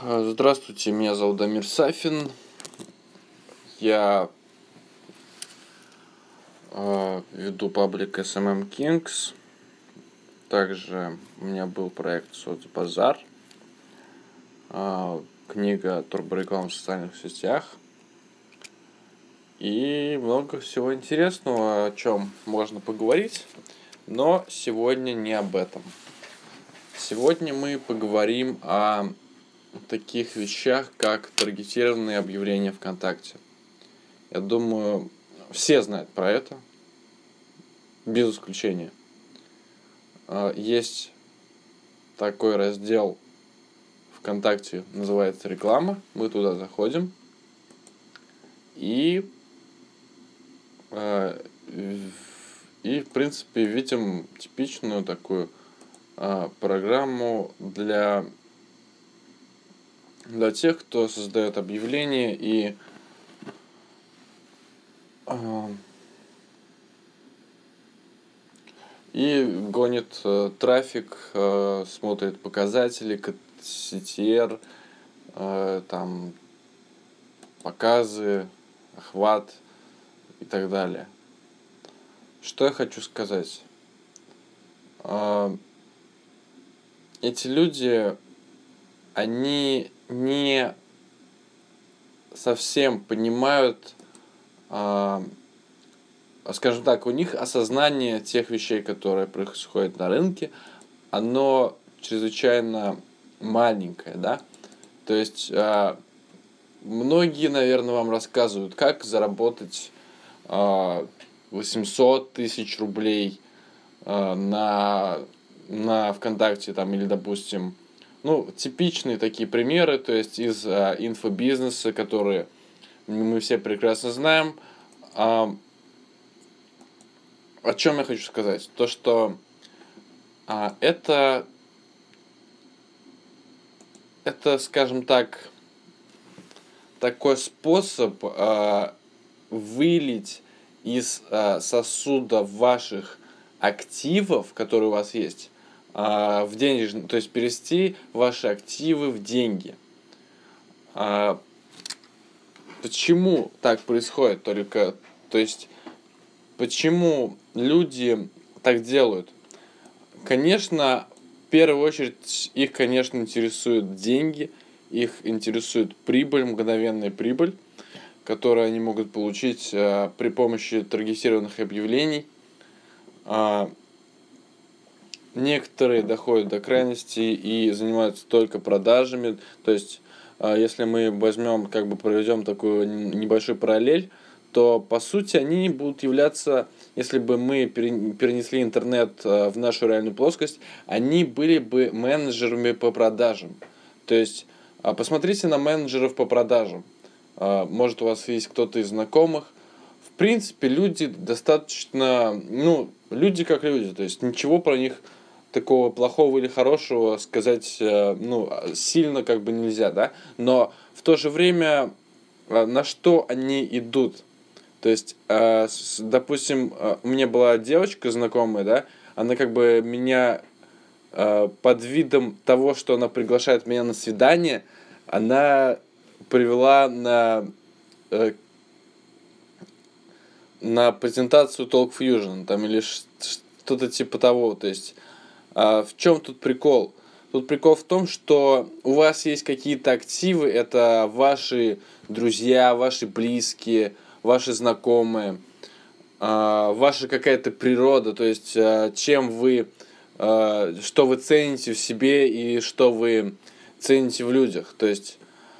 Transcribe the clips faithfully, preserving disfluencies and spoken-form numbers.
Здравствуйте, меня зовут Дамир Сафин. Я э, веду паблик эс эм эм Kings. Также у меня был проект Соцбазар. Э, книга турбореклам в социальных сетях. И много всего интересного, о чем можно поговорить. Но сегодня не об этом. Сегодня мы поговорим о таких вещах, как таргетированные объявления ВКонтакте. Я думаю, все знают про это, без исключения. Есть такой раздел ВКонтакте, называется «Реклама». Мы туда заходим и, и в принципе, видим типичную такую программу для, для тех, кто создает объявления и И гонит э, трафик, э, смотрит показатели, си ти ар, э, там, показы, охват и так далее. Что я хочу сказать? Э, эти люди, они не совсем понимают, э, скажем так, у них осознание тех вещей, которые происходят на рынке, оно чрезвычайно маленькое, да. То есть э, многие, наверное, вам рассказывают, как заработать э, восемьсот тысяч рублей э, на, на ВКонтакте, там, или, допустим, ну, типичные такие примеры, то есть из э, инфобизнеса, которые мы все прекрасно знаем. Э, О чем я хочу сказать? То, что а, это, это, скажем так, такой способ а, вылить из а, сосуда ваших активов, которые у вас есть, а, в денежный, то есть перевести ваши активы в деньги. А, почему так происходит? Только, то есть, почему люди так делают? Конечно, в первую очередь их, конечно, интересуют деньги, их интересует прибыль, мгновенная прибыль, которую они могут получить э, при помощи таргетированных объявлений. А, некоторые доходят до крайности и занимаются только продажами. То есть, э, если мы возьмем, как бы проведем такую небольшую параллель, то по сути они будут являться, если бы мы перенесли интернет в нашу реальную плоскость, они были бы менеджерами по продажам. То есть посмотрите на менеджеров по продажам. Может, у вас есть кто-то из знакомых. В принципе, люди достаточно, ну, люди как люди, то есть ничего про них такого плохого или хорошего сказать, ну, сильно как бы нельзя, да, но в то же время на что они идут? То есть, э, с, допустим, э, у меня была девочка знакомая, да, она как бы меня э, под видом того, что она приглашает меня на свидание, она привела на, э, на презентацию Talk Fusion, там, или что-то типа того. То есть, э, в чем тут прикол? Тут прикол в том, что у вас есть какие-то активы, это ваши друзья, ваши близкие, ваши знакомые, ваша какая-то природа, то есть чем вы, что вы цените в себе и что вы цените в людях. То есть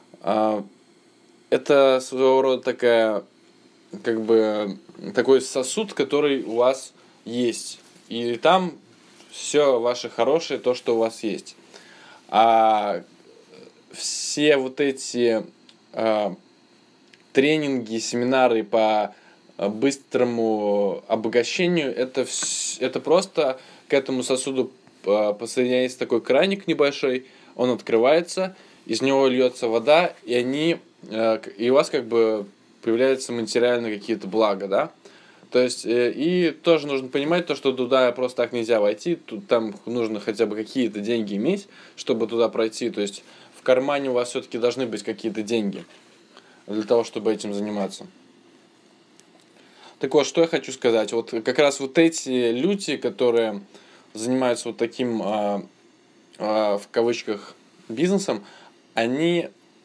это своего рода такая, как бы, такой сосуд, который у вас есть. И там все ваше хорошее, то, что у вас есть. А все вот эти тренинги, семинары по быстрому обогащению, это, это просто к этому сосуду подсоединяется такой краник небольшой, он открывается, из него льется вода, и они, и у вас как бы появляются материальные какие-то блага, да. То есть, и тоже нужно понимать то, что туда просто так нельзя войти, тут там нужно хотя бы какие-то деньги иметь, чтобы туда пройти. То есть, в кармане у вас все-таки должны быть какие-то деньги для того, чтобы этим заниматься. Так вот, что я хочу сказать. Вот как раз вот эти люди, которые занимаются вот таким, а, а, в кавычках, бизнесом, они,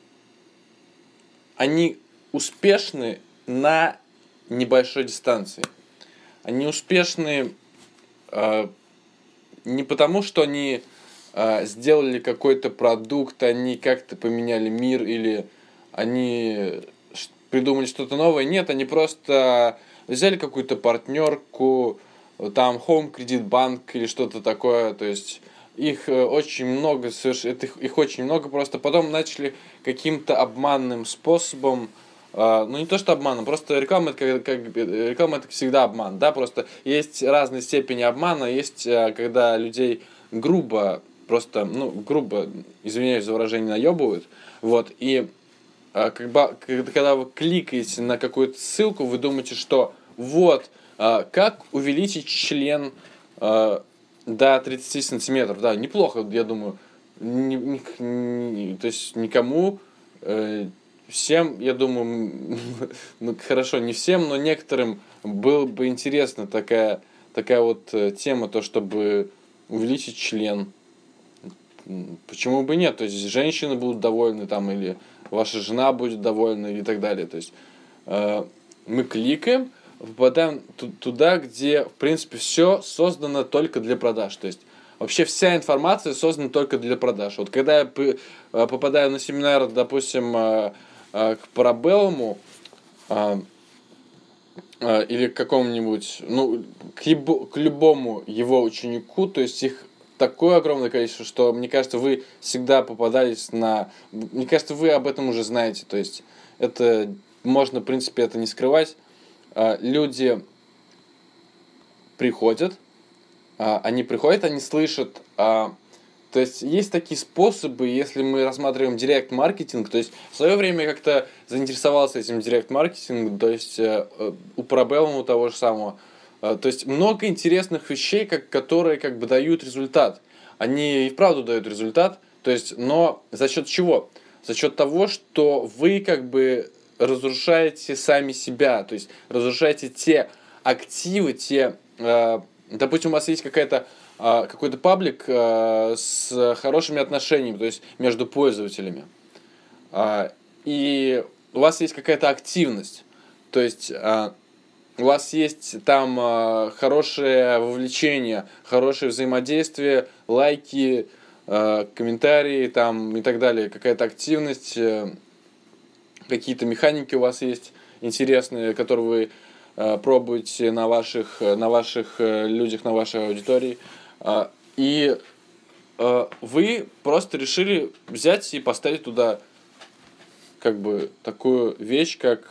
они успешны на небольшой дистанции. Они успешны а, не потому, что они а, сделали какой-то продукт, они как-то поменяли мир или они придумали что-то новое. Нет, они просто взяли какую-то партнерку, там Home Credit Bank или что-то такое, то есть их очень много, их, их очень много, просто потом начали каким-то обманным способом, ну не то что обманом, просто реклама это, как, как, реклама это всегда обман, да, просто есть разные степени обмана, есть когда людей грубо, просто, ну грубо, извиняюсь за выражение, наебывают, вот, и как бы, когда вы кликаете на какую-то ссылку, вы думаете, что вот, как увеличить член до тридцати сантиметров. Да, неплохо, я думаю. Ни, ни, ни, то есть никому, э, всем, я думаю, ну хорошо, не всем, но некоторым было бы интересна такая, такая вот тема, то чтобы увеличить член. Почему бы нет? То есть женщины будут довольны там, или ваша жена будет довольна, и так далее. То есть э, мы кликаем, попадаем туда, где, в принципе, все создано только для продаж. То есть вообще вся информация создана только для продаж. Вот когда я попадаю на семинар, допустим, к Парабеллуму или к какому-нибудь, ну, к, ебо, к любому его ученику, то есть их такое огромное количество, что, мне кажется, вы всегда попадались на... Мне кажется, вы об этом уже знаете. То есть это можно, в принципе, это не скрывать. Люди приходят, они приходят, они слышат, то есть есть такие способы, если мы рассматриваем директ-маркетинг, то есть в свое время я как-то заинтересовался этим директ-маркетингом, то есть у Парабеллума того же самого, то есть много интересных вещей, как, которые как бы дают результат, они и вправду дают результат, то есть, но за счет чего? За счет того, что вы как бы разрушаете сами себя, то есть разрушаете те активы, те, э, допустим, у вас есть какая-то, э, какой-то паблик э, с хорошими отношениями, то есть между пользователями, э, и у вас есть какая-то активность, то есть э, у вас есть там э, хорошее вовлечение, хорошее взаимодействие, лайки, э, комментарии там и так далее, какая-то активность, э, какие-то механики у вас есть интересные, которые вы э, пробуете на ваших, на ваших э, людях, на вашей аудитории. Э, и э, вы просто решили взять и поставить туда как бы такую вещь, как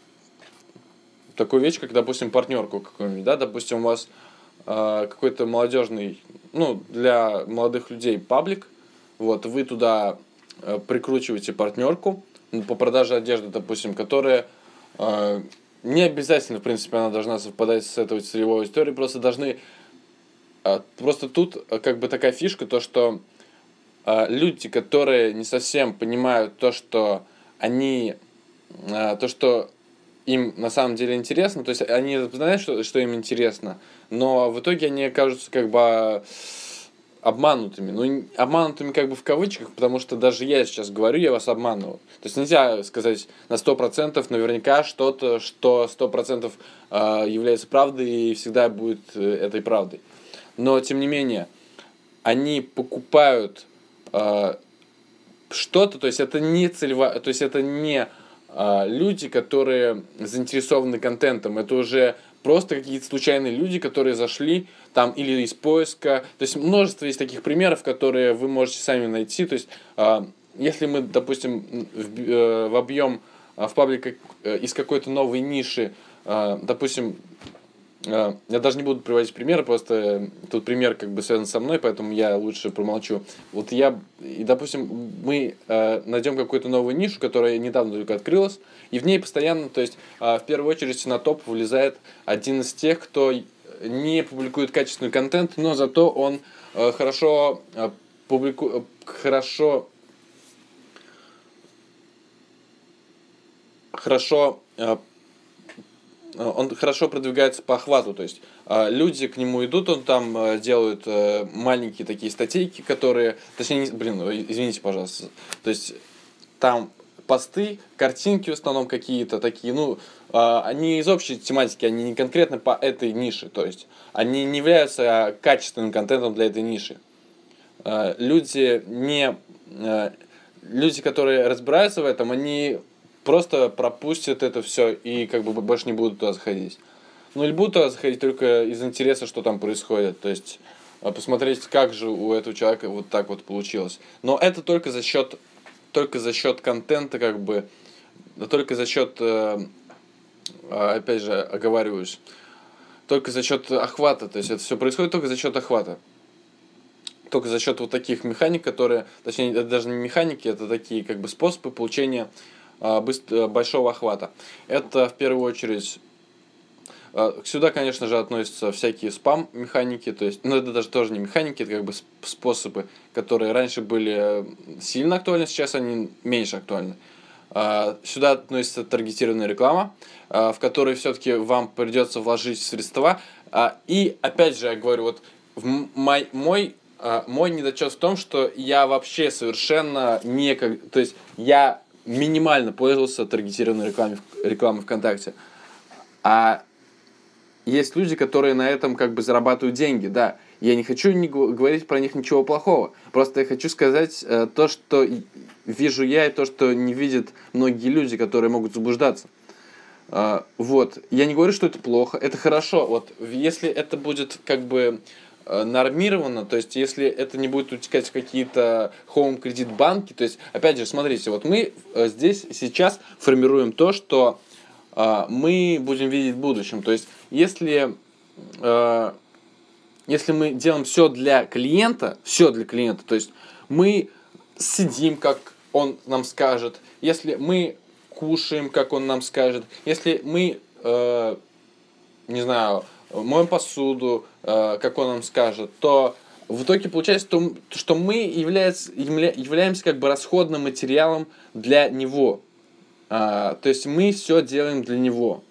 такую вещь, как, допустим, партнерку какую-нибудь, да, допустим, у вас э, какой-то молодежный, ну, для молодых людей паблик, вот, вы туда э, прикручиваете партнерку, по продаже одежды, допустим, которая э, не обязательно, в принципе, она должна совпадать с этой целевой историей, просто должны, э, просто тут э, как бы такая фишка, то, что э, люди, которые не совсем понимают то, что они, э, то, что им на самом деле интересно, то есть они знают, что, что им интересно, но в итоге они окажутся как бы обманутыми. Ну, обманутыми как бы в кавычках, потому что даже я сейчас говорю, я вас обманываю. То есть нельзя сказать на сто процентов наверняка что-то, что сто процентов является правдой и всегда будет этой правдой. Но, тем не менее, они покупают э, что-то, то есть это не целевая, то есть это не э, люди, которые заинтересованы контентом, это уже просто какие-то случайные люди, которые зашли там или из поиска. То есть множество есть таких примеров, которые вы можете сами найти. То есть э, если мы, допустим, в, э, вобьем э, в паблик э, из какой-то новой ниши, э, допустим, э, я даже не буду приводить примеры, просто тут пример как бы связан со мной, поэтому я лучше промолчу. Вот я, и, допустим, мы э, найдем какую-то новую нишу, которая недавно только открылась, и в ней постоянно, то есть э, в первую очередь на топ вылезает один из тех, кто не публикует качественный контент, но зато он э, хорошо э, публику... хорошо хорошо, э, он хорошо продвигается по охвату, то есть э, люди к нему идут, он там э, делают э, маленькие такие статейки, которые, точнее, не- блин, ой, извините, пожалуйста, то есть там посты, картинки в основном какие-то такие, ну, э, они из общей тематики, они не конкретно по этой нише, то есть они не являются качественным контентом для этой ниши. Э, люди не э, люди, которые разбираются в этом, они просто пропустят это все и как бы больше не будут туда заходить. Ну или будут туда заходить только из интереса, что там происходит. То есть э, посмотреть, как же у этого человека вот так вот получилось. Но это только за счет только за счет контента, как бы, только за счет, э, опять же, оговариваюсь, только за счет охвата. То есть это все происходит только за счет охвата. Только за счет вот таких механик, которые, точнее, это даже не механики, это такие как бы способы получения а, быстро, большого охвата. Это в первую очередь, а, сюда, конечно же, относятся всякие спам-механики, то есть, ну это даже тоже не механики, это как бы способы, которые раньше были сильно актуальны, сейчас они меньше актуальны. А, сюда относится таргетированная реклама, а, в которой все-таки вам придется вложить средства. А, и опять же, я говорю, вот в мой, мой Uh, мой недочет в том, что я вообще совершенно не... То есть я минимально пользовался таргетированной рекламой, рекламой ВКонтакте. А есть люди, которые на этом как бы зарабатывают деньги, да. Я не хочу не говорить про них ничего плохого. Просто я хочу сказать uh, то, что вижу я, и то, что не видят многие люди, которые могут заблуждаться. Uh, вот. Я не говорю, что это плохо. Это хорошо. Вот если это будет как бы... нормировано, то есть если это не будет утекать в какие-то хоум-кредит банки, то есть, опять же, смотрите, вот мы здесь сейчас формируем то, что э, мы будем видеть в будущем, то есть если, э, если мы делаем все для клиента, все для клиента, то есть мы сидим, как он нам скажет, если мы кушаем, как он нам скажет, если мы, э, не знаю, моем посуду, э, как он нам скажет, то в итоге получается, то, что мы является, явля, являемся как бы расходным материалом для него. А, то есть мы все делаем для него.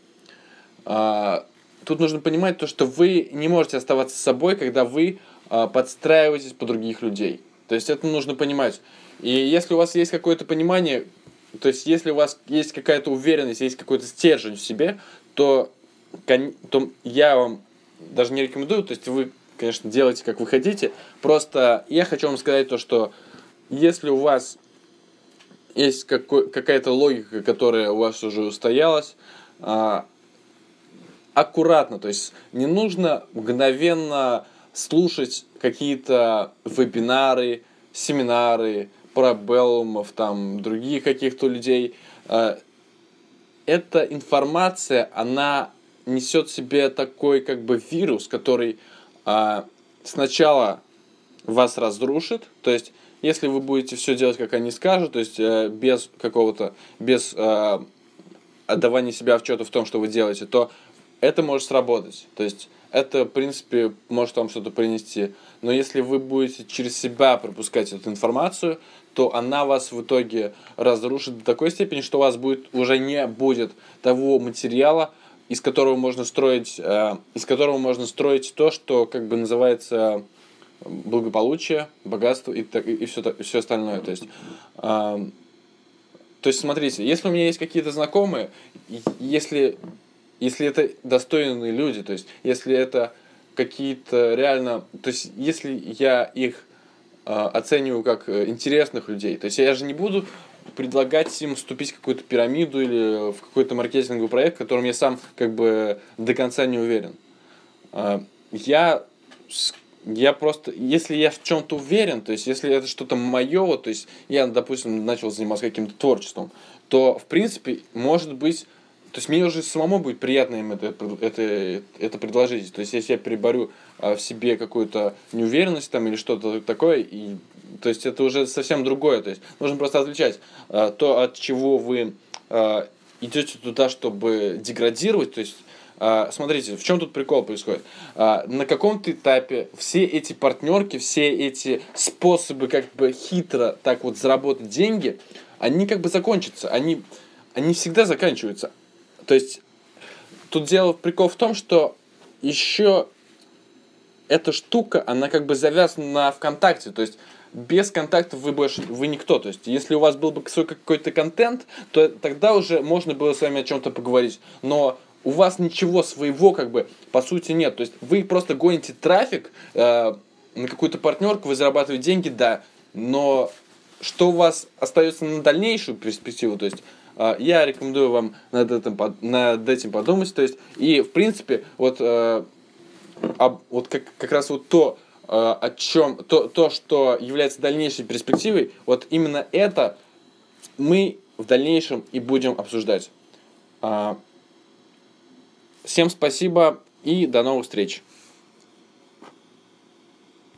А, тут нужно понимать то, что вы не можете оставаться собой, когда вы а, подстраиваетесь под других людей. То есть это нужно понимать. И если у вас есть какое-то понимание, то есть если у вас есть какая-то уверенность, есть какой-то стержень в себе, то то я вам даже не рекомендую, то есть вы, конечно, делайте, как вы хотите, просто я хочу вам сказать то, что если у вас есть какой, какая-то логика, которая у вас уже устоялась, а, аккуратно, то есть не нужно мгновенно слушать какие-то вебинары, семинары про Беллумов, там, других каких-то людей. А, эта информация, она несет в себе такой как бы вирус, который а, сначала вас разрушит, то есть если вы будете все делать, как они скажут, то есть э, без какого-то, без э, отдавания себя отчета в том, что вы делаете, то это может сработать, то есть это, в принципе, может вам что-то принести, но если вы будете через себя пропускать эту информацию, то она вас в итоге разрушит до такой степени, что у вас будет, уже не будет того материала, из которого можно строить, э, из которого можно строить то, что как бы называется благополучие, богатство и, и, и, все, и все остальное. То есть, э, то есть, смотрите, если у меня есть какие-то знакомые, если, если это достойные люди, то есть, если это какие-то реально, то есть, если я их э, оцениваю как интересных людей, то есть, я же не буду предлагать им вступить в какую-то пирамиду или в какой-то маркетинговый проект, в котором я сам как бы до конца не уверен. Я, я просто, если я в чем-то уверен, то есть если это что-то мое, то есть я, допустим, начал заниматься каким-то творчеством, то, в принципе, может быть, то есть мне уже самому будет приятно им это, это, это предложить. То есть если я переборю в себе какую-то неуверенность там или что-то такое, и то есть это уже совсем другое. То есть нужно просто отличать э, то, от чего вы э, идете туда, чтобы деградировать. То есть, э, смотрите, в чем тут прикол происходит. Э, на каком-то этапе все эти партнерки, все эти способы как бы хитро так вот заработать деньги, они как бы закончатся. Они, они всегда заканчиваются. То есть тут дело, прикол в том, что еще эта штука, она как бы завязана на ВКонтакте, то есть без контактов вы больше, вы никто. То есть, если у вас был бы свой какой-то контент, то тогда уже можно было с вами о чем-то поговорить. Но у вас ничего своего, как бы, по сути, нет. То есть, вы просто гоните трафик э, на какую-то партнерку, вы зарабатываете деньги, да. Но что у вас остается на дальнейшую перспективу, то есть, э, я рекомендую вам над этим, над этим подумать. То есть, и, в принципе, вот, э, об, вот как, как раз вот то, о чем, то, то, что является дальнейшей перспективой, вот именно это мы в дальнейшем и будем обсуждать. Всем спасибо и до новых встреч.